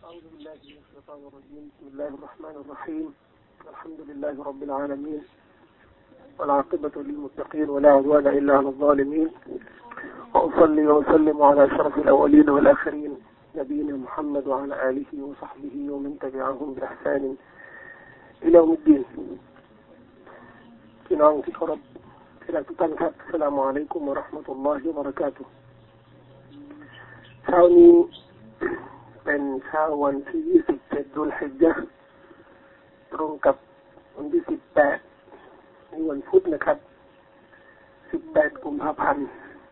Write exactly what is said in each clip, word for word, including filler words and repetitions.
أعوذ بالله من الشيطان الرجيم بسم الله الرحمن الرحيم الحمد لله رب العالمين والعاقبة للمتقين ولا عدوان إلا على الظالمين وأصلي وأسلم على أشرف الأولين والآخرين نبينا محمد وعلى آله وصحبه ومن تبعهم بإحسان إلى يوم الدين พี่น้องที่เคารพที่รักทุกท่านครับอัสสลามุอะลัยกุมวะเราะห์มะตุลลอฮิวะบะเราะกาตุฮ์เช้านี้เป็นเช้าวันที่ยี่สิบเจ็ดดุลฮิจญะห์ตรงกับวันที่สิบแปดในวันพุธนะครับสิบแปดกุมภาพันธ์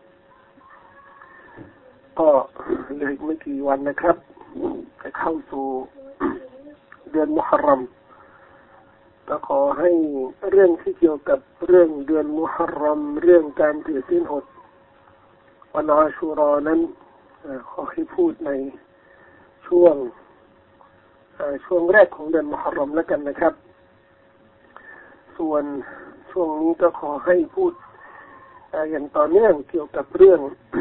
ก็เหลืออีกไม่กี่วันนะครับจะเข้าสู่เดือนมุฮัรรอมก็ขอให้เรื่องที่เกี่ยวกับเรื่องเดือนมุฮัรรอมเรื่องการถือศีลอดวันอาชูรอนั้นขอให้พูดในช่วงช่วงแรกของเดือนมุฮัรรอมแล้วกันนะครับส่วนช่วงนี้ก็ขอให้พูดอย่างต่อเนื่องเกี่ยวกับเรื่อง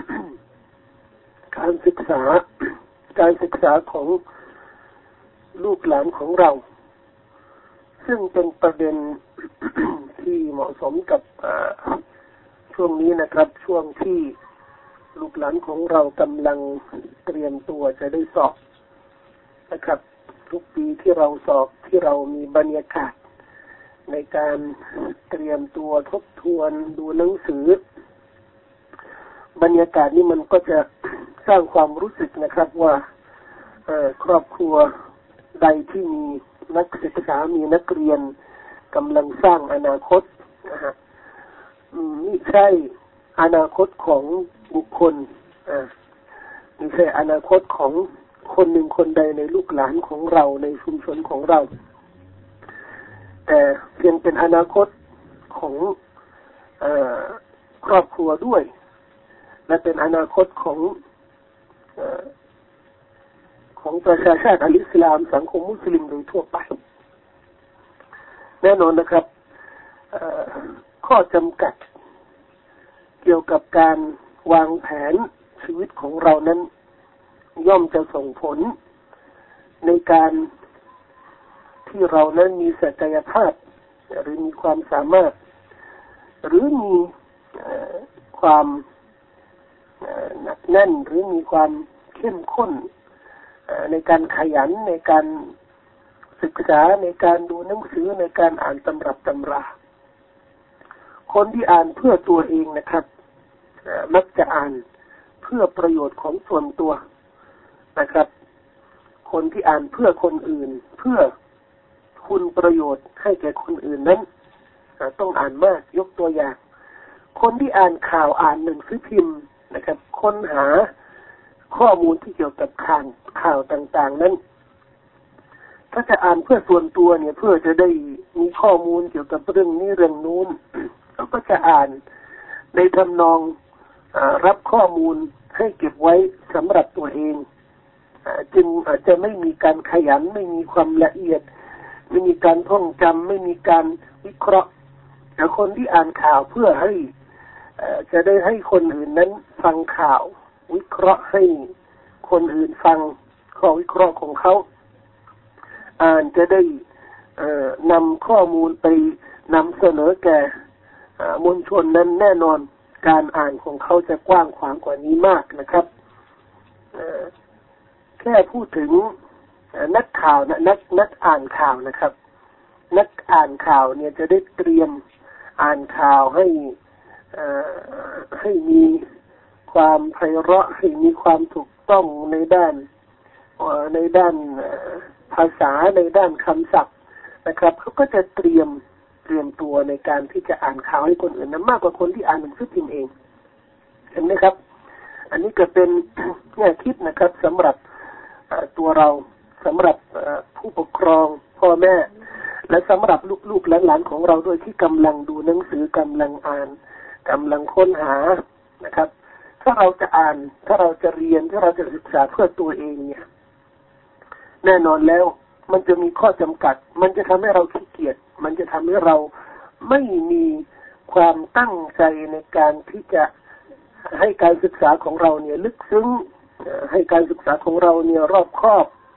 การศึกษาการศึกษาของลูกหลานของเราซึ่งเป็นประเด็น ที่เหมาะสมกับช่วงนี้นะครับช่วงที่ลูกหลานของเรากำลังเตรียมตัวจะได้สอบนะครับทุกปีที่เราสอบที่เรามีบรรยากาศในการเตรียมตัวทบทวนดูหนังสือบรรยากาศนี้มันก็จะสร้างความรู้สึกนะครับว่าครอบครัวใดที่มีนักศึกษามีนักเรียนกำลังสร้างอนาคตนะฮะไม่ใช่อนาคตของบุคคลอ่าไม่ใช่อนาคตของคนหนึ่งคนใดในลูกหลานของเราในชุมชนของเราแต่เพียงเป็นอนาคตของเอ่อครอบครัวด้วยและเป็นอนาคตของเอ่อของประชาชาติอัลอิสลามสังคมมุสลิมโดยทั่วไปแน่นอนนะครับข้อจำกัดเกี่ยวกับการวางแผนชีวิตของเรานั้นย่อมจะส่งผลในการที่เรานั้นมีศักยภาพหรือมีความสามารถหรือมีความหนักแน่นหรือมีความเข้มข้นในการขยันในการศึกษาในการดูหนังสือในการอ่านตำรับตำราคนที่อ่านเพื่อตัวเองนะครับมักจะอ่านเพื่อประโยชน์ของส่วนตัวนะครับคนที่อ่านเพื่อคนอื่นเพื่อคุณประโยชน์ให้แก่คนอื่นนั้นต้องอ่านมากยกตัวอย่างคนที่อ่านข่าวอ่านหนังสือพิมพ์นะครับค้นหาข้อมูลที่เกี่ยวกับข่าวข่าวต่างๆนั้นถ้าจะอ่านเพื่อส่วนตัวเนี่ยเพื่อจะได้มีข้อมูลเกี่ยวกับเรื่องนี้เรื่องนู้นเขาก็จะอ่านในทำนองรับข้อมูลให้เก็บไว้สำหรับตัวเองจึงอาจจะไม่มีการขยันไม่มีความละเอียดไม่มีการท่องจำไม่มีการวิเคราะห์แต่คนที่อ่านข่าวเพื่อให้จะได้ให้คนอื่นนั้นฟังข่าววิเคราะห์ให้คนอื่นฟังข้อวิเคราะห์ของเขาอ่านจะได้นำข้อมูลไปนำเสนอแก่มวลชนนั้นแน่นอนการอ่านของเขาจะกว้างขวางกว่านี้มากนะครับแค่พูดถึงนักข่าวนะนักนักอ่านข่าวนะครับนักอ่านข่าวเนี่ยจะได้เตรียมอ่านข่าวให้ให้มีความไพเราะให้มีความถูกต้องในด้านในด้านภาษาในด้านคำศัพท์นะครับเขาก็จะเตรียมเตรียมตัวในการที่จะอ่านข่าวให้คนอื่นนั้นมากกว่าคนที่อ่านหนังสือพิมพ์เองเห็นไหมครับอันนี้ก็เป็นแง่คิดนะครับสำหรับตัวเราสำหรับผู้ปกครองพ่อแม่และสำหรับลูกๆหลานๆของเราด้วยที่กำลังดูหนังสือกำลังอ่านกำลังค้นหานะครับถ้าเราจะอ่านถ้าเราจะเรียนถ้าเราจะศึกษาเพื่อตัวเองเนี่ยแน่นอนแล้วมันจะมีข้อจำกัดมันจะทำให้เราขี้เกียจมันจะทำให้เราไม่มีความตั้งใจในการที่จะให้การศึกษาของเราเนี่ยลึกซึ้งให้การศึกษาของเราเนี่ยรอบคอบ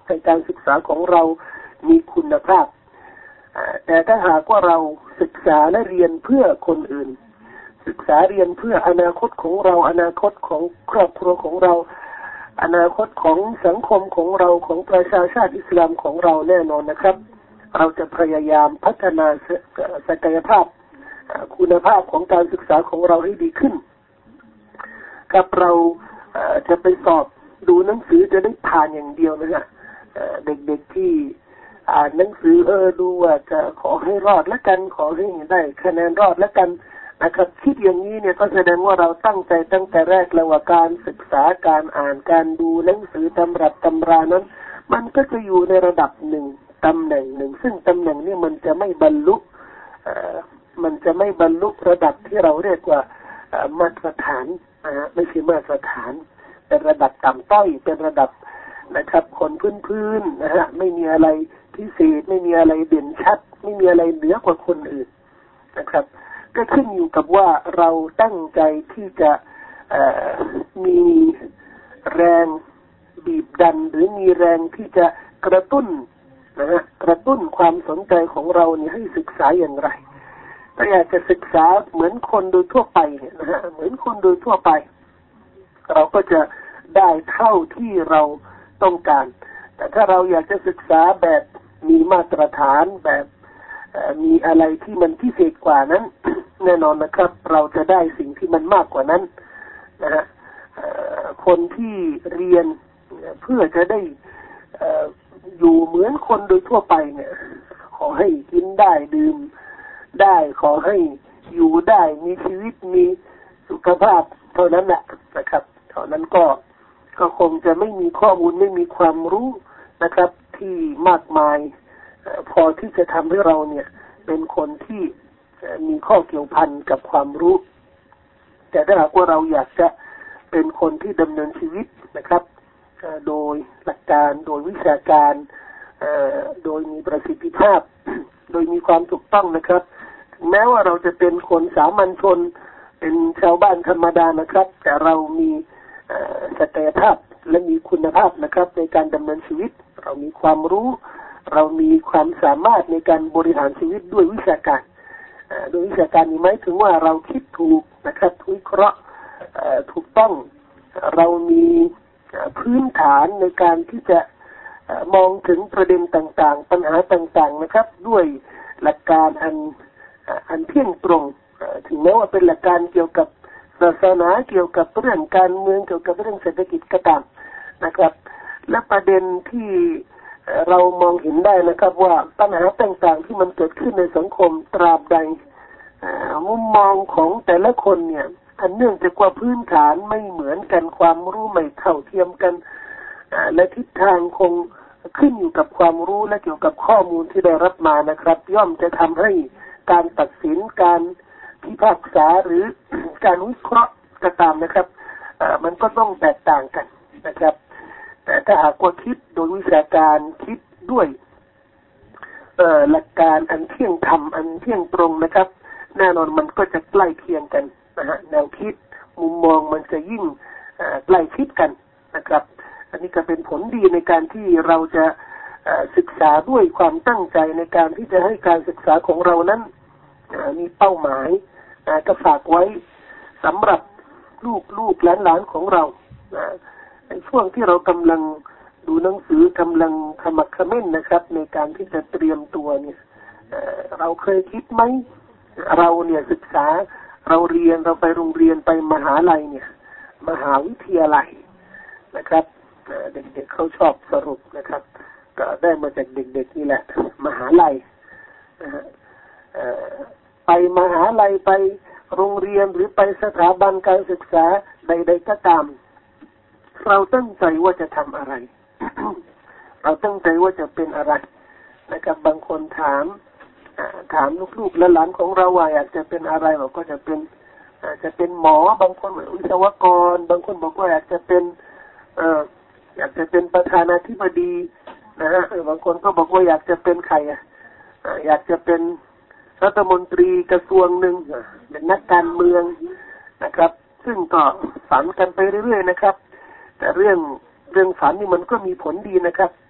ให้การศึกษาของเรามีคุณภาพแต่ถ้าหากว่าเราศึกษาและเรียนเพื่อคนอื่นศึกษาเรียนเพื่ออนาคตของเราอนาคตของครอบครัวของเราอนาคตของสังคมของเราของประชาชาติอิสลามของเราแน่นอนนะครับเราจะพยายามพัฒนาศักยภาพคุณภาพของการศึกษาของเราให้ดีขึ้นกับเราจะไปสอบดูหนังสือจะได้ผ่านอย่างเดียวนะฮะเด็กๆที่อ่านหนังสือเออดูว่าจะขอให้รอดแล้วกันขอให้ได้คะแนนรอดแล้วกันนะครับคิดอย่างนี้เนี่ยก็แสดงว่าเราตั้งใจตั้งแต่แรกแล้วว่าการศึกษาการอ่านการดูหนังสือตำรับตำรานั้นมันก็จะอยู่ในระดับหนึ่งตำแหน่งหนึ่งซึ่งตำแหน่งนี้มันจะไม่บรรลุมันจะไม่บรรลุระดับที่เราเรียกว่ามาตรฐานนะฮะไม่ใช่มาตรฐานเป็นระดับต่ำต้อยเป็นระดับนะครับคนพื้นๆนะฮะไม่มีอะไรพิเศษไม่มีอะไรเด่นชัดไม่มีอะไรเหนือกว่าคนอื่นนะครับก็ขึ้นอยู่กับว่าเราตั้งใจที่จะมีแรงบีบดันหรือมีแรงที่จะกระตุ้นนะฮะกระตุ้นความสนใจของเราเนี่ยให้ศึกษาอย่างไรถ้าอยากจะศึกษาเหมือนคนโดยทั่วไปเนี่ยนะฮะเหมือนคนโดยทั่วไปเราก็จะได้เท่าที่เราต้องการแต่ถ้าเราอยากจะศึกษาแบบมีมาตรฐานแบบมีอะไรที่มันพิเศษกว่านั้น แน่นอนนะครับเราจะได้สิ่งที่มันมากกว่านั้นนะฮะคนที่เรียนเพื่อจะได้อยู่เหมือนคนโดยทั่วไปเนี่ยขอให้กินได้ดื่มได้ขอให้อยู่ได้มีชีวิตมีสุขภาพเท่านั้นแหละนะครับเท่านั้นก็ก็คงจะไม่มีข้อมูลไม่มีความรู้นะครับที่มากมายพอที่จะทำให้เราเนี่ยเป็นคนที่มีข้อเกี่ยวพันกับความรู้แต่ถ้าหากว่าเราอยากจะเป็นคนที่ดำเนินชีวิตนะครับโดยหลักการโดยวิชาการโดยมีประสิทธิภาพโดยมีความถูกต้องนะครับถึงแม้ว่าเราจะเป็นคนสามัญชนเป็นชาวบ้านธรรมดานะครับแต่เรามีศักยภาพและมีคุณภาพนะครับในการดำเนินชีวิตเรามีความรู้เรามีความสามารถในการบริหารชีวิตด้วยวิชาการโดยวิชาการนี้หมายถึงว่าเราคิดถูกนะครับวิเคราะห์ถูกต้องเรามีพื้นฐานในการที่จะมองถึงประเด็นต่างๆปัญหาต่างๆนะครับด้วยหลักการอันอันเที่ยงตรงถึงแม้ว่าเป็นหลักการเกี่ยวกับศาสนาเกี่ยวกับเรื่องการเมืองเกี่ยวกับเรื่องเศรษฐกิจก็ตามนะครับและประเด็นที่เรามองเห็นได้นะครับว่าปัญหาต่างๆที่มันเกิดขึ้นในสังคมตราบใดมุมมองของแต่ละคนเนี่ยอันเนื่องจากว่าพื้นฐานไม่เหมือนกันความรู้ไม่เท่าเทียมกันและทิศทางคงขึ้นอยู่กับความรู้และเกี่ยวกับข้อมูลที่ได้รับมานะครับย่อมจะทำให้การตัดสินการพิพากษาหรือการวิเคราะห์ก็ตามนะครับมันก็ต้องแตกต่างกันนะครับแต่ถ้าหากว่าคิดโดยวิชาการคิดด้วยหลักการอันเที่ยงธรรมอันเที่ยงตรงนะครับแน่นอนมันก็จะใกล้เคียงกันนะฮะแนวคิดมุมมองมันจะยิ่งใกล้ชิดกันนะครับอันนี้ก็เป็นผลดีในการที่เราจะศึกษาด้วยความตั้งใจในการที่จะให้การศึกษาของเรานั้นมีเป้าหมายก็ฝากไว้สำหรับลูกลูกหลานๆของเราในช่วงที่เรากำลังดูหนังสือกำลังขมักเขม้นนะครับในการที่จะเตรียมตัวเนี่ยเราเคยคิดไหมเราเนี่ยศึกษาเราเรียนเราไปโรงเรียนไปมหาลัยเนี่ยมหาวิทยาลัยนะครับเด็กๆ เ, เขาชอบสรุปนะครับก็ได้มาจากเด็กๆนี่แหละมหาลัยนะฮะไปมหาลัยไปโรงเรียนหรือไปสถาบันการศึกษาใดๆก็ตามเราตั้งใจว่าจะทำอะไร เราตั้งใจว่าจะเป็นอะไรนะครับบางคนถามถามลูกๆและหลานของเราว่าอยากจะเป็นอะไรบอกก็จะเป็นจะเป็นหมอบางคนวิศวกรบางคนบอกว่าอยากจะเป็นเอ่ออยากจะเป็นประธานาธิบดีนะฮะบางคนก็บอกว่าอยากจะเป็นใครอ่ะอยากจะเป็นรัฐมนตรีกระทรวงหนึ่งเป็นนักการเมืองนะครับซึ่งก็ฝันกันไปเรื่อยๆนะครับแต่เรื่องเรื่องฝันนี่มันก็มีผลดีนะครับ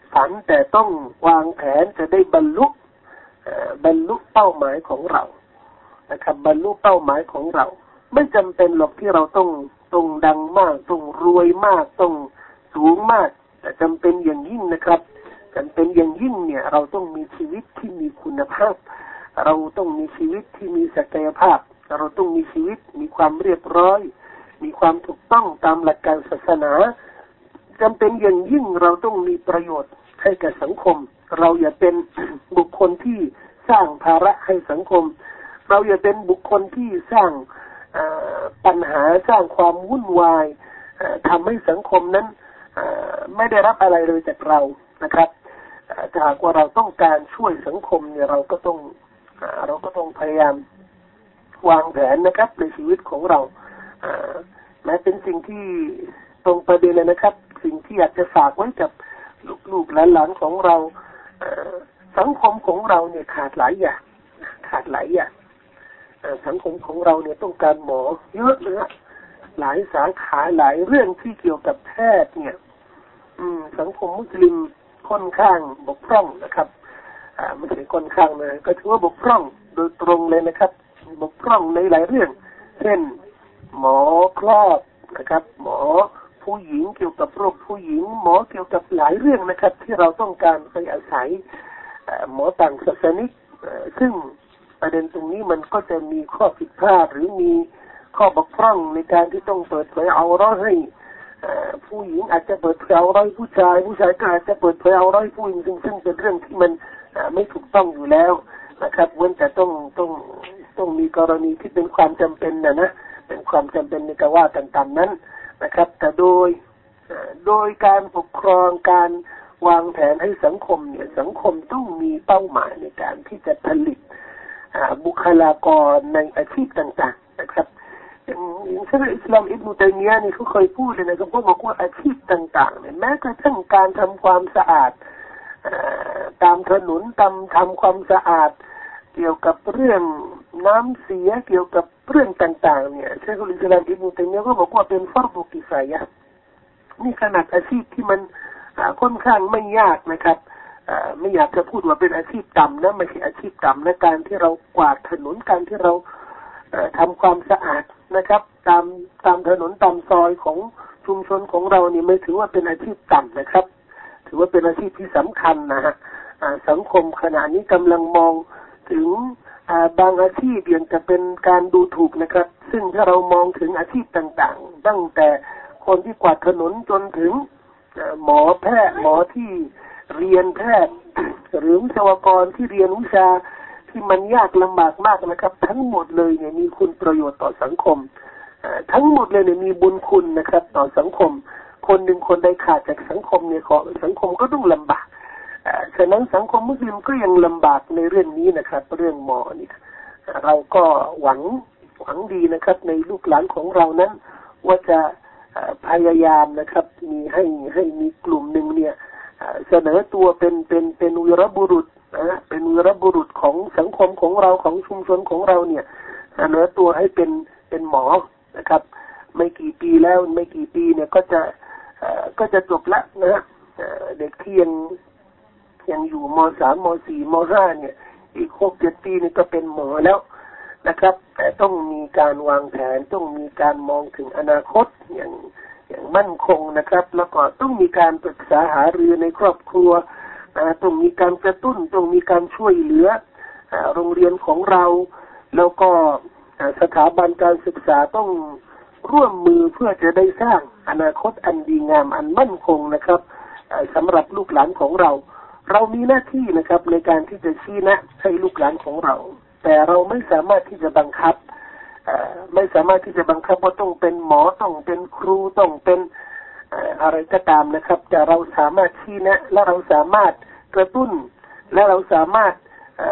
ฝันแต่ต้องวางแผนจะได้บรรลุบรรลุเป้าหมายของเรานะครับบรรลุเป้าหมายของเราไม่จำเป็นหรอกที่เราต้องต้องดังมากต้องรวยมากต้องสูงมากแต่จำเป็นอย่างยิ่งนะครับจำเป็นอย่างยิ่งเนี่ยเราต้องมีชีวิตที่มีคุณภาพเราต้องมีชีวิตที่มีศักยภาพเราต้องมีชีวิตมีความเรียบร้อยมีความถูกต้องตามหลักการศาสนาจำเป็นอย่างยิ่งเราต้องมีประโยชน์ให้กับสังคมเราอย่าเป็นบุคคลที่สร้างภาระให้สังคมเราอย่าเป็นบุคคลที่สร้างปัญหาสร้างความวุ่นวายทำให้สังคมนั้นไม่ได้รับอะไรเลยจากเรานะครับถ้าหากว่าเราต้องการช่วยสังคมเนี่ยเราก็ต้องเราก็ต้องพยายามวางแผนนะครับในชีวิตของเราแม้เป็นสิ่งที่ตรงประเด็นเลยนะครับสิ่งที่อยากจะฝากไว้กับลูกๆหลานๆของเราสังคมของเราเนี่ยขาดหลายอย่างขาดหลายอย่างสังคมของเราเนี่ยต้องการหมอเยอะเลยหลายสาขาหลายเรื่องที่เกี่ยวกับแพทย์เนี่ยสังคมมุสลิมค่อนข้างบกพร่องนะครับไม่ใช่ค่อนข้างนะก็ถือว่าบกพร่องโดยตรงเลยนะครับบกพร่องในหลายเรื่องเช่นหมอคลอดนะครับหมอผู้หญิงเกี่ยวกับโรคผู้หญิงหมอเกี่ยวกับหลายเรื่องนะครับที่เราต้องการไปอาศัยหมอต่างศาสนิกซึ่งประเด็นตรงนี้มันก็จะมีข้อผิดพลาดหรือมีข้อบกพร่องในการที่ต้องเปิดเผยเอาร้อยให้ผู้หญิงอาจจะเปิดเผยเอาร้อยผู้ชายผู้ชายก็อาจจะเปิดเผยเอาร้อยผู้หญิงซึ่งซึ่งเป็นเรื่องที่มันไม่ถูกต้องอยู่แล้วนะครับเว้นแต่ต้องต้องต้องมีกรณีที่เป็นความจำเป็นนะนะเป็นความจำเป็นในการว่ากันตามนั้นนะครับแต่โดยโดยการปกครองการวางแผนให้สังคมเนี่ยสังคมต้องมีเป้าหมายในการที่จะผลิตบุคลากรในอาชีพต่างๆนะครับอย่างเช่นอิสลามอิบนุตัยมียะห์นี่เขาเคยพูดเลยนะครับเขาบอกว่าอาชีพต่างๆเนี่ยแม้กระทั่งการทำความสะอาดตามถนนตามทำความสะอาดเกี่ยวกับเรื่องน้ำเสียเกี่ยวกับเรื่องต่างๆเนี่ยเชคุลอิสลามอิบนุตัยมียะห์ก็บอกว่าเป็นฟัรดุกิฟายะห์นี่ขนาดอาชีพที่มันค่อนข้างไม่ยากนะครับไม่อยากจะพูดว่าเป็นอาชีพต่ำนะไม่ใช่อาชีพต่ำนะการที่เรากวาดถนนการที่เราทำความสะอาดนะครับตามตามถนนตามซอยของชุมชนของเรานี่ไม่ถือว่าเป็นอาชีพต่ำนะครับถือว่าเป็นอาชีพที่สำคัญนะฮะสังคมขณะนี้กำลังมองถึงบางอาชีพอย่างจะเป็นการดูถูกนะครับซึ่งถ้าเรามองถึงอาชีพต่างๆตั้งแต่คนที่กวาดถนนจนถึงหมอแพทย์หมอที่เรียนแพทย์หรือวิศวกรที่เรียนวิชาที่มันยากลำบากมากนะครับทั้งหมดเลยเนี่ยมีคุณประโยชน์ต่อสังคมทั้งหมดเลยเนี่ยมีบุญคุณนะครับต่อสังคมคนหนึ่งคนใดขาดจากสังคมเนี่ยของสังคมก็ต้องลำบากฉะนั้นสังคมมุสลิมก็ยังลำบากในเรื่องนี้นะครับเรื่องหมอนี่เราก็หวังหวังดีนะครับในลูกหลานของเรานั้นว่าจะพยายามนะครับมีให้ให้มีกลุ่มหนึ่งเนี่ยเสนอตัวเป็นเป็นเป็นวีรบุรุษนะเป็นวีรบุรุษของสังคมของเราของชุมชนของเราเนี่ยเสนอตัวให้เป็นเป็นหมอนะครับไม่กี่ปีแล้วไม่กี่ปีเนี่ยก็จะก็จะจบละนะเด็กที่ยังยังอยู่ม.สาม ม.สี่ ม.ห้า เนี่ยอีกหกเจ็ดปีนี่ก็เป็นหมอแล้วนะครับแต่ต้องมีการวางแผนต้องมีการมองถึงอนาคตอย่างอย่างมั่นคงนะครับแล้วก็ต้องมีการปรึกษาหารือในครอบครัวต้องมีการกระตุ้นต้องมีการช่วยเหลือโรงเรียนของเราแล้วก็สถาบันการศึกษาต้องร่วมมือเพื่อจะได้สร้างอนาคตอันดีงามอันมั่นคงนะครับสำหรับลูกหลานของเราเรามีหน้าที่นะครับในการที่จะชี้แนะให้ลูกหลานของเราแต่เราไม่สามารถที่จะบังคับไม่สามารถที่จะบังคับว่าต้องเป็นหมอต้องเป็นครูต้องเป็นอะไรก็ตามนะครับแต่เราสามารถชี้แนะและเราสามารถกระตุ้นและเราสามารถ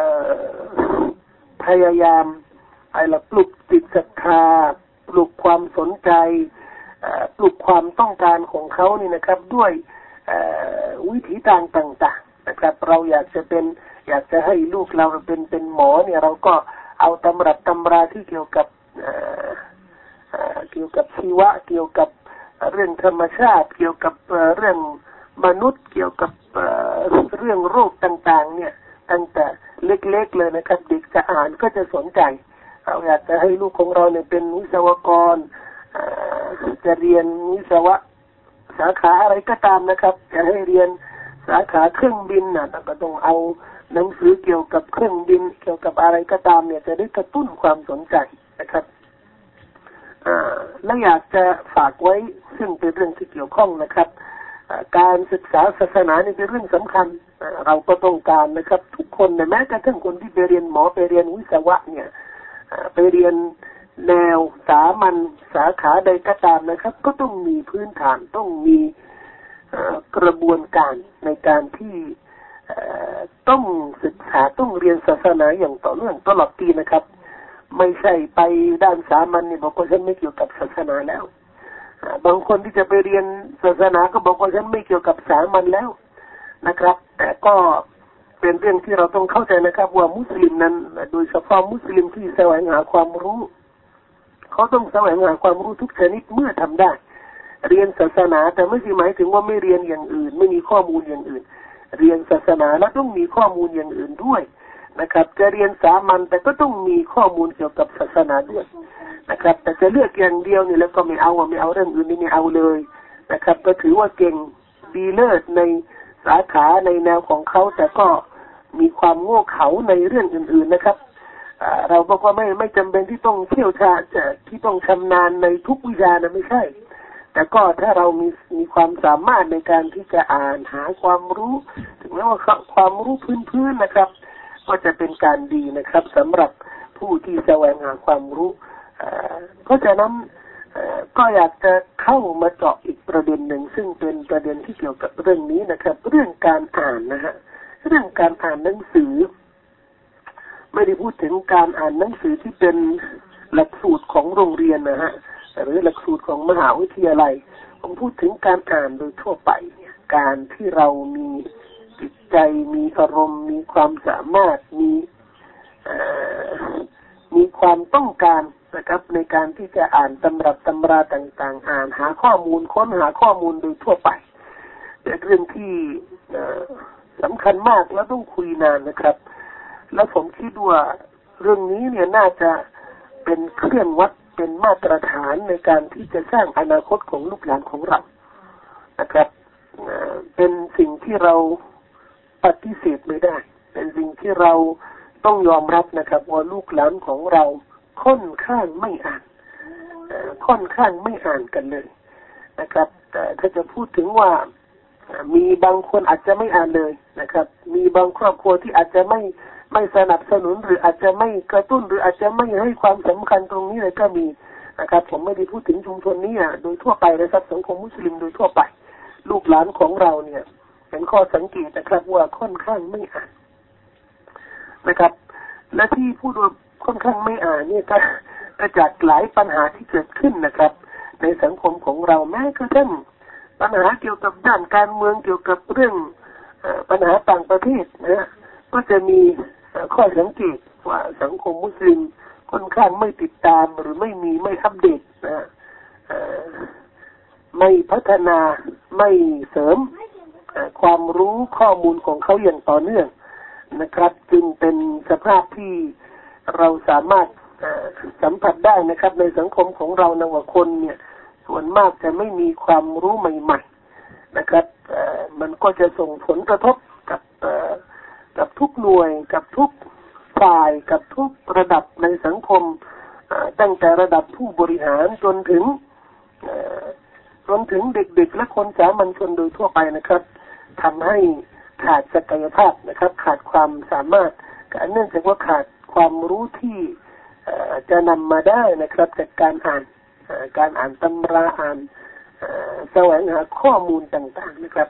พยายามอะไรปลุกจิตศรัทธาปลุกความสนใจปลุกความต้องการของเขานี่นะครับด้วยวิธีทางต่างๆนะครับเราอยากจะเป็นอยากจะให้ลูกเราเป็นเป็นหมอเนี่ยเราก็เอาตำรับตำราที่เกี่ยวกับเกี่ยวกับชีวะเกี่ยวกับเรื่องธรรมชาติเกี่ยวกับเรื่องมนุษย์เกี่ยวกับเรื่องโรคต่างๆเนี่ยตั้งแต่เล็กๆเลยนะครับเด็กจะอ่านก็จะสนใจเราอยากจะให้ลูกของเราเนี่ยเป็นวิศวกรจะเรียนวิศวะสาขาอะไรก็ตามนะครับจะให้เรียนสาขาเครื่องบินนะก็ต้องเอาหนังสือเกี่ยวกับเครื่องบินเกี่ยวกับอะไรก็ตามเนี่ยจะได้กระตุ้นความสนใจนะครับและอยากจะฝากไว้ซึ่งเป็นเรื่องที่เกี่ยวข้องนะครับการศึกษาศาสนานี่เป็นเรื่องสำคัญเราก็ต้องการนะครับทุกคนแม้กระทั่งคนที่ไปเรียนหมอไปเรียนวิศวะเนี่ยไปเรียนแนวสามัญสาขาใดก็ตามนะครับก็ต้องมีพื้นฐานต้องมีกระบวนการในการที่ต้องศึกษาต้องเรียนศาสนาอย่างต่อเนื่องตลอดปีนะครับไม่ใช่ไปด้านสามัญเนี่ยบอกว่าฉันไม่เกี่ยวกับศาสนาแล้วบางคนที่จะไปเรียนศาสนาก็บอกว่าฉันไม่เกี่ยวกับสามัญแล้วนะครับแต่ก็เป็นเรื่องที่เราต้องเข้าใจนะครับว่ามุสลิมนั้นโดยเฉพาะมุสลิมที่แสวงหาความรู้เขาต้องแสวงหาความรู้ทุกชนิดเมื่อทำได้เรียนศาสนาแต่ไม่ใช่หมายถึงว่าไม่เรียนอย่างอื่นไม่มีข้อมูลอย่างอื่นเรียนศาสนาแล้วต้องมีข้อมูลอย่างอื่นด้วยนะครับจะเรียนสามัญแต่ก็ต้องมีข้อมูลเกี่ยวกับศาสนาด้วยนะครับแต่จะเลือกอย่างเดียวนี่แล้วก็ไม่เอาไม่เอาเรื่องอื่นนี่ไม่เอาเลยนะครับก็ถือว่าเก่งดีเลิศในสาขาในแนวของเขาแต่ก็มีความโง่เขลาในเรื่องอื่นๆนะครับเราบอกว่าไม่ไม่จำเป็นที่ต้องเชี่ยวชาญที่ต้องชำนาญในทุกวิชานะไม่ใช่แต่ก็ถ้าเรามีมีความสามารถในการที่จะอ่านหาความรู้ถึงแม้ว่าความรู้พื้นๆนะครับก็จะเป็นการดีนะครับสำหรับผู้ที่แสวงหาความรู้เพราะฉะนั้นก็อยากจะเข้ามาเจาะอีกประเด็นหนึ่งซึ่งเป็นประเด็นที่เกี่ยวกับเรื่องนี้นะครับเรื่องการอ่านนะฮะเรื่องการอ่านหนังสือไม่ได้พูดถึงการอ่านหนังสือที่เป็นหลักสูตรของโรงเรียนนะฮะหรือหลักสูตรของมหาวิทยาลัยผมพูดถึงการอ่านโดยทั่วไปการที่เรามีจิตใจมีอารมณ์มีความสามารถมีมีความต้องการนะครับในการที่จะอ่านตำรับตำราต่างๆอ่านหาข้อมูลค้นหาข้อมูลโดยทั่วไปเป็นเรื่องที่สำคัญมากแล้วต้องคุยนานนะครับแล้วผมคิดว่าเรื่องนี้เนี่ยน่าจะเป็นเครื่องวัดเป็นมาตรฐานในการที่จะสร้างอนาคตของลูกหลานของเรานะครับเป็นสิ่งที่เราปฏิเสธไม่ได้เป็นสิ่งที่เราต้องยอมรับนะครับว่าลูกหลานของเราค่อนข้างไม่อ่านค่อนข้างไม่อ่านกันเลยนะครับแต่ถ้าจะพูดถึงว่ามีบางคนอาจจะไม่อ่านเลยนะครับมีบางครอบครัวที่อาจจะไม่ไม่สนับสนุนหรืออาจจะไม่กระตุ้นหรืออาจจะไม่ให้ความสำคัญตรงนี้เลยก็มีนะครับผมไม่ได้พูดถึงชุมชนนี้อ่ะโดยทั่วไปนะครับสังคมมุสลิมโดยทั่วไปลูกหลานของเราเนี่ยเป็นข้อสังเกตนะครับว่าค่อนข้างไม่อ่านนะครับและที่พูดว่าค่อนข้างไม่อ่านเนี่ยก็มาจากหลายปัญหาที่เกิดขึ้นนะครับในสังคมของเราแม้กระทั่งปัญหาเกี่ยวกับด้านการเมืองเกี่ยวกับเรื่องปัญหาต่างประเทศนะก็จะมีข้อสังเกตว่าสังคมมุสลิมค่อนข้างไม่ติดตามหรือไม่มีไม่อัปเดตนะไม่พัฒนาไม่เสริมความรู้ข้อมูลของเขาอย่างต่อเนื่องนะครับจึงเป็นสภาพที่เราสามารถสัมผัสได้นะครับในสังคมของเรานะว่าคนเนี่ยส่วนมากจะไม่มีความรู้ใหม่ๆนะครับมันก็จะส่งผลกระทบกับกับทุกหน่วยกับทุกฝ่ายกับทุกระดับในสังคมตั้งแต่ระดับผู้บริหารจนถึงจนถึงเด็กๆและคนสามัญชนโดยทั่วไปนะครับทำให้ขาดศักยภาพนะครับขาดความสามารถเนื่องจากว่าขาดความรู้ที่จะนำมาได้นะครับจากการอ่านการอ่านตำราอ่านแสวงหาข้อมูลต่างๆนะครับ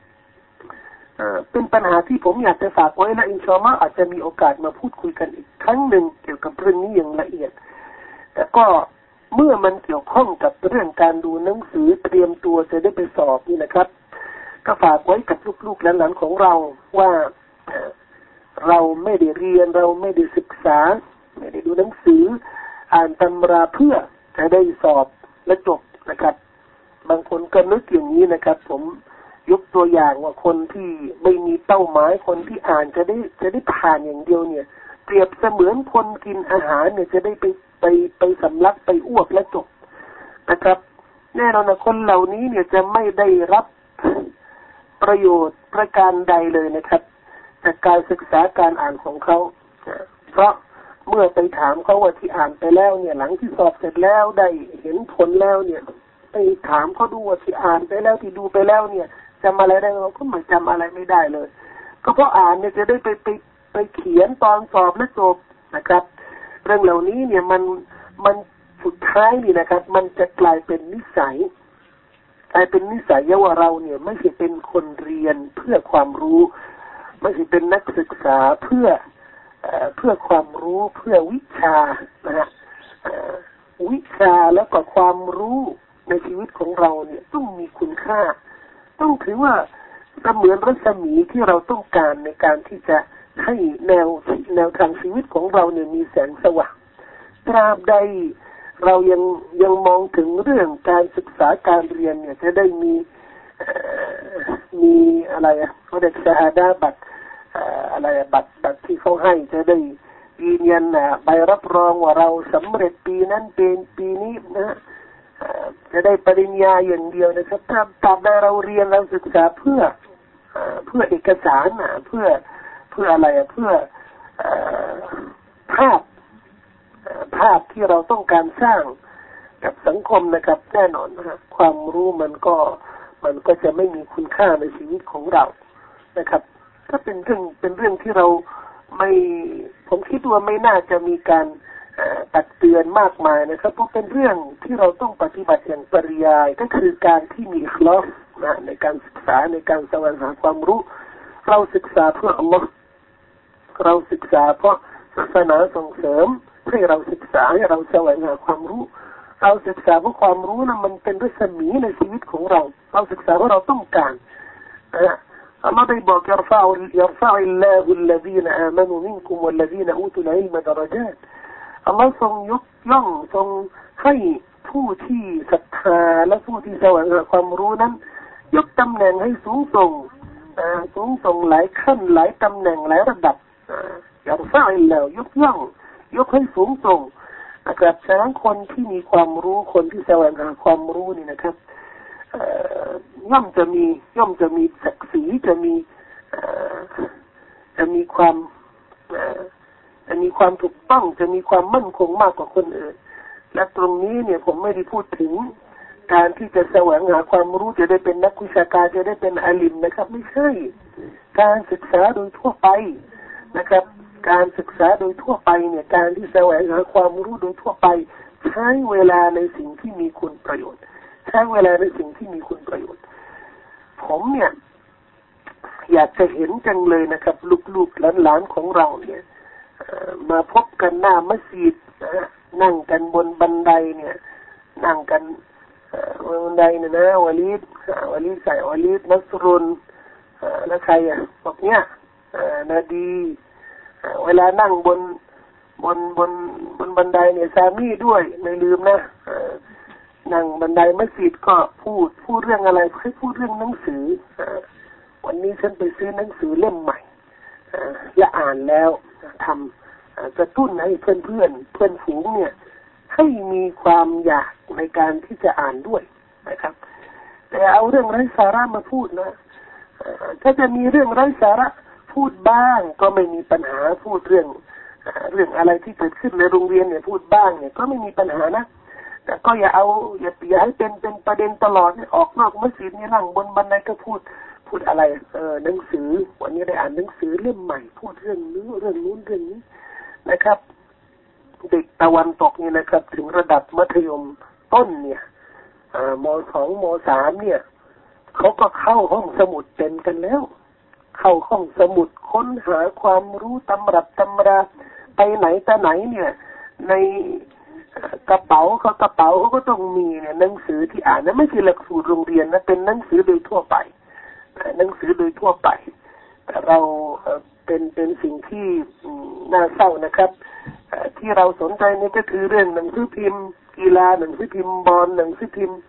เป็นปัญหาที่ผมอยากจะฝากไว้และอินชาอัลลอฮ์อาจจะมีโอกาสมาพูดคุยกันอีกครั้งหนึ่งเกี่ยวกับเรื่องนี้อย่างละเอียดแต่ก็เมื่อมันเกี่ยวข้องกับเรื่องการดูหนังสือเตรียมตัวจะได้ไปสอบนี่นะครับก็ฝากไว้กับลูกๆหลานๆของเราว่าเราไม่ได้เรียนเราไม่ได้ศึกษาไม่ได้ดูหนังสืออ่านตำราเพื่อจะได้สอบและจบนะครับบางคนก็นึกอย่างนี้นะครับผมยกตัวอย่างว่าคนที่ไม่มีเป้าหมายคนที่อ่านจะได้จะได้ผ่านอย่างเดียวเนี่ยเปรียบเสมือนคนกินอาหารเนี่ยจะได้ไปไปไปสำลักไปอ้วกและจบนะครับแน่นอนนะคนเหล่านี้เนี่ยจะไม่ได้รับประโยชน์ประการใดเลยนะครับจากการศึกษาการอ่านของเขาเพราะเมื่อไปถามเขาว่าที่อ่านไปแล้วเนี่ยหลังที่สอบเสร็จแล้วได้เห็นผลแล้วเนี่ยไปถามเขาดูว่าที่อ่านไปแล้วที่ดูไปแล้วเนี่ยจำอะไรได้เราก็ไม่จำอะไรไม่ได้เลยก็เพราะอ่านเนี่ยจะได้ไปไปไปเขียนตอนสอบและจบนะครับเรื่องเหล่านี้เนี่ยมันมันสุดท้ายนี่นะครับมันจะกลายเป็นนิสัยกลายเป็นนิสัยว่าเราเนี่ยไม่ใช่เป็นคนเรียนเพื่อความรู้ไม่ใช่เป็นนักศึกษาเพื่อเอ่อเพื่อความรู้เพื่อวิชานะฮะวิชาแล้วก็ความรู้ในชีวิตของเราเนี่ยต้องมีคุณค่าต้องถือว่าเสมือนรัศมีที่เราต้องการในการที่จะให้แนวแนวทางชีวิตของเราเนี่ยมีแสงสว่างตราบใดเรายังยังมองถึงเรื่องการศึกษาการเรียนเนี่ยจะได้มีมีอะไรอ่ะเขาเรียกชาฮาดาบัตรอะไรบัตรบัตรที่เขาให้จะได้ยืนยันนะใบรับรองว่าเราสำเร็จปีนั้นเป็นปีนี้นะจะได้ปริญญาอย่างเดียวนะครับถ้าตราบใดเราเรียนเราศึกษาเพื่อเพื่อเอกสารนะเพื่อเพื่ออะไรอ่ะเพื่อภาพภาพที่เราต้องการสร้างกับสังคมนะครับแน่นอนนะความรู้มันก็มันก็จะไม่มีคุณค่าในชีวิตของเรานะครับก็เป็นเรื่องเป็นเรื่องที่เราไม่ผมคิดว่าไม่น่าจะมีการตักเตือนมากมายนะครับเพราะเป็นเรื่องที่เราต้องปฏิบัติอย่างปริยายก็คือการที่มีอิคลาสนะในการศึกษาในการแสวงหาความรู้เราศึกษาเพื่ออัลลอฮ์เราศึกษาเพราะศาสนาส่งเสริมให้เราศึกษาให้เราแสวงหาความรู้เราศึกษาเพราะความรู้นั้นมันเป็นรัศมีในชีวิตของเราเราศึกษาเพราะเราต้องการนะอัลลอฮ์ได้บอกยัรฟะยัรฟะอิลลาฮุลลซีนอามานูมินกุมวัลลซีนอูตุลอิลมะดะเราะญาตอัลลอฮ์ทรงยกย่องทรงให้ผู้ที่ศรัทธาและผู้ที่แสวงหาความรู้นั้นยกตำแหน่งให้สูงส่งสูงส่งหลายขั้นหลายตำแหน่งหลายระดับยัรฟะอิลลาฮ์ยกย่องยกให้สูงส่งนะครับฉะนั้นคนที่มีความรู้คนที่แสวงหาความรู้นี่นะครับย่อมจะมีย่อมจะมีศักดิ์ศรีจะมีจะมีความจะมีความถูกต้องจะมีความมั่นคงมากกว่าคนอื่นและตรงนี้เนี่ยผมไม่ได้พูดถึงการที่จะแสวงหาความรู้จะได้เป็นนักวิชาการจะได้เป็นอาลิมนะครับไม่ใช่การศึกษาโดยทั่วไปนะครับการศึกษาโดยทั่วไปเนี่ยการที่แสวงหาความรู้โดยทั่วไปใช้เวลาในสิ่งที่มีคุณประโยชน์ใช้เวลาในสิ่งที่มีคุณประโยชน์ผมเนี่ยอยากจะเห็นจังเลยนะครับลูกๆหลานๆของเราเนี่ยมาพบกันหน้ามัสยิดนะนั่งกันบนบันไดเนี่ยนั่งกันบนบันไดเนี่ยนะวะลีดวะลีดใส่วะลีดนัสรุนแล้วใครอ่ะบอกเนี้ยนาดีเวลานั่งบนบนบนบนบันไดเนี่ยซามีด้วยไม่ลืมนะนั่งบันไดมัสยิดก็พูดพูดเรื่องอะไรให้พูดเรื่องหนังสือวันนี้ฉันไปซื้อหนังสือเล่มใหม่และอ่านแล้วทำกระตุ้นให้เพื่อนเพื่อนเพื่อนฝูงเนี่ยให้มีความอยากในการที่จะอ่านด้วยนะครับแต่เอาเรื่องไร้สาระมาพูดนะถ้าจะมีเรื่องไร้สาระพูดบ้างก็ไม่มีปัญหาพูดเรื่องเรื่องอะไรที่เกิดขึ้นในโรงเรียนเนี่ยพูดบ้างเนี่ยก็ไม่มีปัญหานะแต่ก็อย่าเอาอย่าอย่าให้เป็นเป็นประเด็นตลอดเนี่ยออกนอกมัสยิดนี่นั่งบนบันไดก็พูดพูดอะไรเออหนังสือวันนี้ได้อ่านหนังสือเล่มใหม่พูดเรื่องนี้เรื่องนู้นเรื่องนี้นะครับเด็กตะวันตกนี่นะครับถึงระดับมัธยมต้นเนี่ยม.สอง ม.สาม เนี่ยเขาก็เข้าห้องสมุดเป็นกันแล้วเข้าห้องสมุดค้นหาความรู้ตำรับตำราไปไหนแต่ไหนเนี่ยในกระเป๋าเขากระเป๋าเขาก็ต้องมีเนี่ยหนังสือที่อ่านนั้นไม่ใช่หลักสูตรโรงเรียนนะเป็นหนังสือโดยทั่วไปหนังสือโดยทั่วไปแต่เราเป็นเป็นสิ่งที่น่าเศร้านะครับที่เราสนใจนี่ก็คือเรื่องหนังสือพิมพ์กีฬาหนังสือพิมพ์บอลหนังสือพิมพ์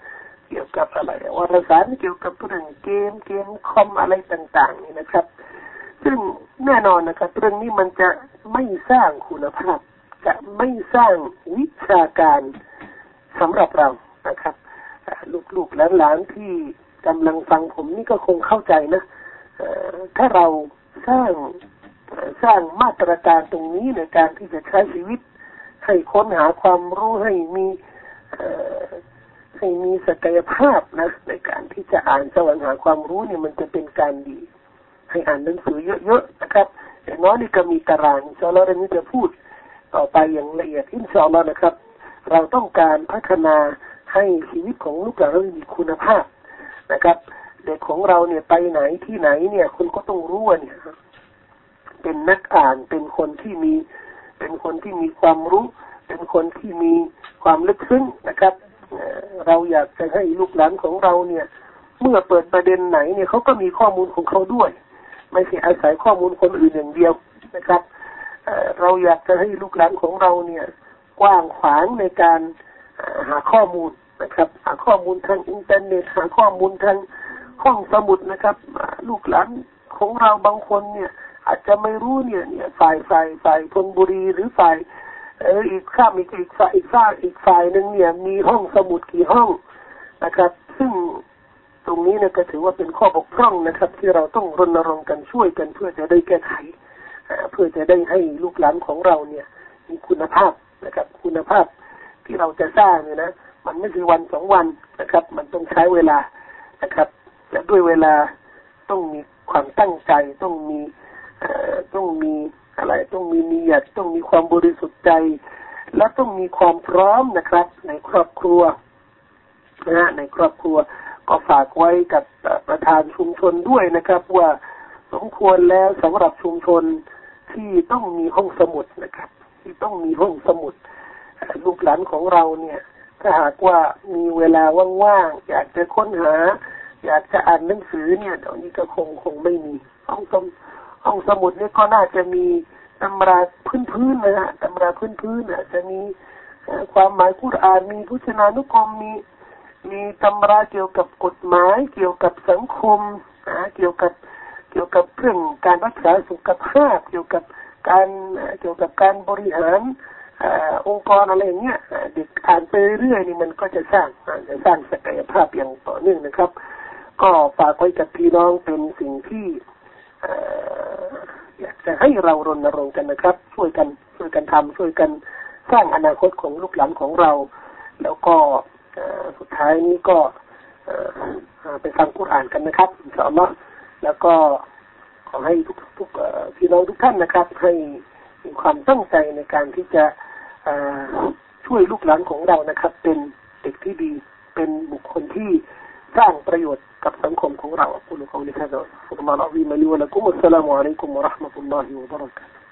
เกี่ยวกับอะไรวารสารเกี่ยวกับเรื่องเกมเกมคอมอะไรต่างๆนี่นะครับซึ่งแน่นอนนะครับเรื่องนี้มันจะไม่สร้างคุณภาพจะไม่สร้างวิชาการสำหรับเรานะครับลูกๆหลานๆที่กำลังฟังผมนี่ก็คงเข้าใจนะถ้าเราสร้างสร้างมาตรการตรงนี้ในการที่จะใช้ชีวิตให้ค้นหาความรู้ให้มีให้มีศักยภาพนะในการที่จะอ่านแสวงหาความรู้เนี่ยมันจะเป็นการดีให้อ่านหนังสือเยอะๆนะครับอย่างน้อยนี่ก็มีตารางอินชาอัลลอฮ์เรื่องนี้จะพูดต่อไปอย่างละเอียดอินชาอัลลอฮ์นะครับเราต้องการพัฒนาให้ชีวิตของลูกหลานเรามีคุณภาพนะครับเด็กของเราเนี่ยไปไหนที่ไหนเนี่ยคุณก็ต้องรู้ว่าเนี่ยเป็นนักอ่านเป็นคนที่มีเป็นคนที่มีความรู้เป็นคนที่มีความลึกซึ้งนะครับเราอยากจะให้ลูกหลานของเราเนี่ยเมื่อเปิดประเด็นไหนเนี่ยเขาก็มีข้อมูลของเขาด้วยไม่ใช่อาศัยข้อมูลคนอื่นอย่างเดียวนะครับเราอยากจะให้ลูกหลานของเราเนี่ยกว้างขวางในการหาข้อมูลนะครับหาข้อมูลทางอินเทอร์เน็ตหาข้อมูลทางห้องสมุดนะครับลูกหลานของเราบางคนเนี่ยอาจจะไม่รู้เนี่ยเนี่ยฝ่ายฝ่ายฝ่ายธนบุรีหรือฝ่ายเอออีกข้ามอีกอีกฝ่ายอีกฝ่ายอีกฝ่ายนึงเนี่ยมีห้องสมุดกี่ห้องนะครับซึ่งตรงนี้เนี่ยก็ถือว่าเป็นข้อบกพร่องนะครับที่เราต้องรณรงค์กันช่วยกันเพื่อจะได้แก้ไขเพื่อจะได้ให้ลูกหลานของเราเนี่ยมีคุณภาพนะครับคุณภาพที่เราจะสร้างเนี่ยนะมันไม่ใช่วันสองวันนะครับมันต้องใช้เวลานะครับและด้วยเวลาต้องมีความตั้งใจต้องมีต้องมีอะไรต้องมีนิยตต้องมีความบริสุทธิ์ใจและต้องมีความพร้อมนะครับในครอบครัวนะในครอบครัวก็ฝากไว้กับประธานชุมชนด้วยนะครับว่าสมควรแล้วสำหรับชุมชนที่ต้องมีห้องสมุดนะครับที่ต้องมีห้องสมุดลูกหลานของเราเนี่ยถ้าหากว่ามีเวลาว่างๆอยากจะค้นหาอยากจะอ่านหนังสือเนี่ยเดี๋ยวนี้ก็คงคงไม่มีห้องสมุดห้องสมุดนี่ก็น่าจะมีตำราพื้นๆนะฮะตำราพื้นๆน่ะจะมีความหมายกุรอานมีพจนานุกรมมีมีตำราเกี่ยวกับกฎหมายเกี่ยวกับสังคมนะเกี่ยวกับเกี่ยวกับเรื่องการรักษาสุขภาพเกี่ยวกับการเกี่ยวกับการบริหารองค์กรอะไรอย่างเงี้ยเด็กอ่านไปเรื่อยนี่มันก็จะสร้างจะสร้างศักยภาพอย่างต่อเนื่องนะครับก็ฝากไว้กับพี่น้องเป็นสิ่งที่อยากจะให้เรารณรงค์กันนะครับช่วยกันช่วยกันทำช่วยกันสร้างอนาคตของลูกหลานของเราแล้วก็สุดท้ายนี้ก็ไปฟังกุรอานกันนะครับอินชาอัลลอฮ์แล้วก็ขอให้ทุกทุกพี่น้องทุกท่านนะครับให้มีความตั้งใจในการที่จะช่วยลูกหลานของเรานะครับเป็นเด็กที่ดีเป็นบุคคลที่สร้างประโยชน์กับสังคมของเราอัลลอฮฺขอลิฮะซะอัลลอฮฺอัลลอฮฺลิมะลีวะละกุมุสสลามุอะลัยกุมวะเราะห์มะตุลลอฮิวะบะเราะกาตุฮ์